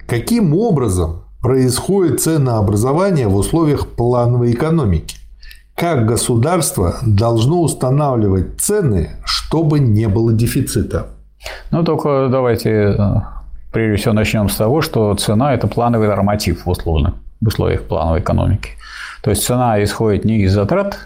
Каким образом происходит ценообразование в условиях плановой экономики? Как государство должно устанавливать цены, чтобы не было дефицита? Ну, только давайте прежде всего начнем с того, что цена – это плановый норматив в условиях плановой экономики. То есть цена исходит не из затрат,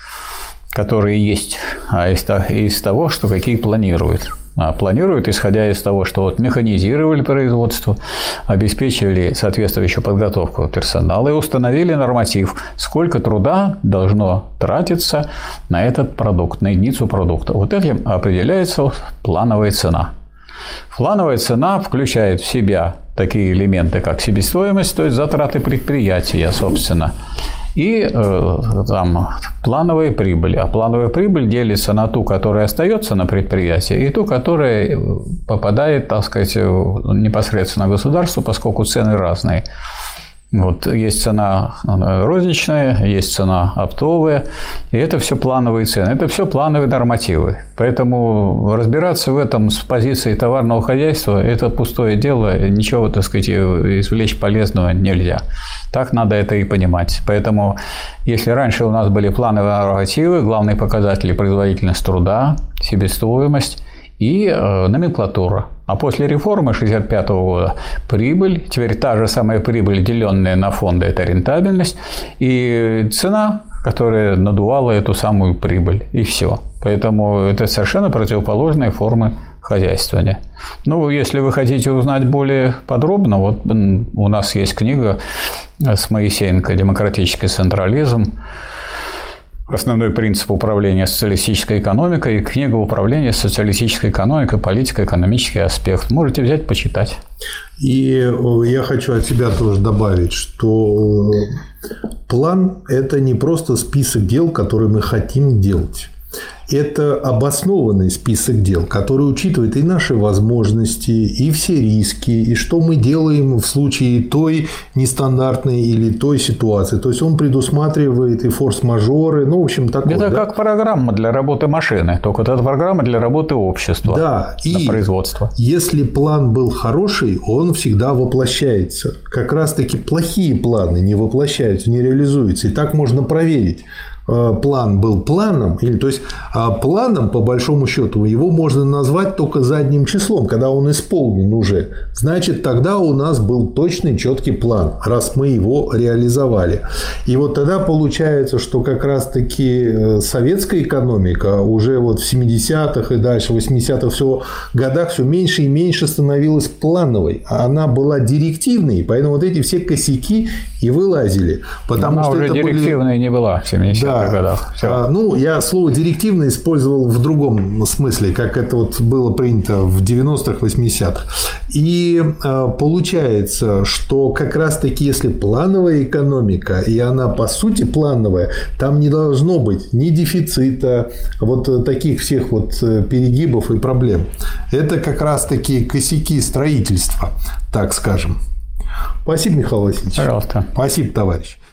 которые есть, а из того, что какие планируют. Планируют, исходя из того, что вот механизировали производство, обеспечили соответствующую подготовку персонала и установили норматив, сколько труда должно тратиться на этот продукт, на единицу продукта. Вот этим определяется плановая цена. Плановая цена включает в себя такие элементы, как себестоимость, то есть затраты предприятия, собственно, и там плановая прибыль. А плановая прибыль делится на ту, которая остается на предприятии, и ту, которая попадает, так сказать, непосредственно государству, поскольку цены разные. Вот есть цена розничная, есть цена оптовая, и это все плановые цены, это все плановые нормативы. Поэтому разбираться в этом с позиции товарного хозяйства – это пустое дело, ничего, так сказать, извлечь полезного нельзя. Так надо это и понимать. Поэтому, если раньше у нас были плановые нормативы, главные показатели – производительность труда, себестоимость и номенклатура. А после реформы 1965 года прибыль, теперь та же самая прибыль, деленная на фонды, это рентабельность, и цена, которая надувала эту самую прибыль, и все. Поэтому это совершенно противоположные формы хозяйствования. Ну, если вы хотите узнать более подробно, вот у нас есть книга с Моисеенко «Демократический централизм. Основной принцип управления социалистической экономикой» и книга «Управление социалистической экономикой. Политико-экономический аспект». Можете взять, почитать. И я хочу от себя тоже добавить, что план – это не просто список дел, которые мы хотим делать. Это обоснованный список дел, который учитывает и наши возможности, и все риски, и что мы делаем в случае той нестандартной или той ситуации. То есть он предусматривает и форс-мажоры, ну, в общем, такое. Это как программа для работы машины, только это программа для работы общества, да, и производства. Если план был хороший, он всегда воплощается. Как раз-таки плохие планы не воплощаются, не реализуются. И так можно проверить. План был планом, или, то есть планом, по большому счету, его можно назвать только задним числом, когда он исполнен уже. Значит, тогда у нас был точный, четкий план, раз мы его реализовали. И вот тогда получается, что как раз-таки советская экономика уже вот в 70-х и дальше, в 80-х годах все меньше и меньше становилась плановой. Она была директивной, поэтому вот эти все косяки и вылазили. Потому она что уже это директивной не была в 70-х годах. Все. Ну, я слово «директивно» использовал в другом смысле, как это вот было принято в 90-х, 80-х. И получается, что как раз-таки, если плановая экономика, и она по сути плановая, там не должно быть ни дефицита, вот таких всех вот перегибов и проблем. Это как раз-таки косяки строительства, так скажем. Спасибо, Михаил Васильевич. Пожалуйста. Спасибо, товарищ.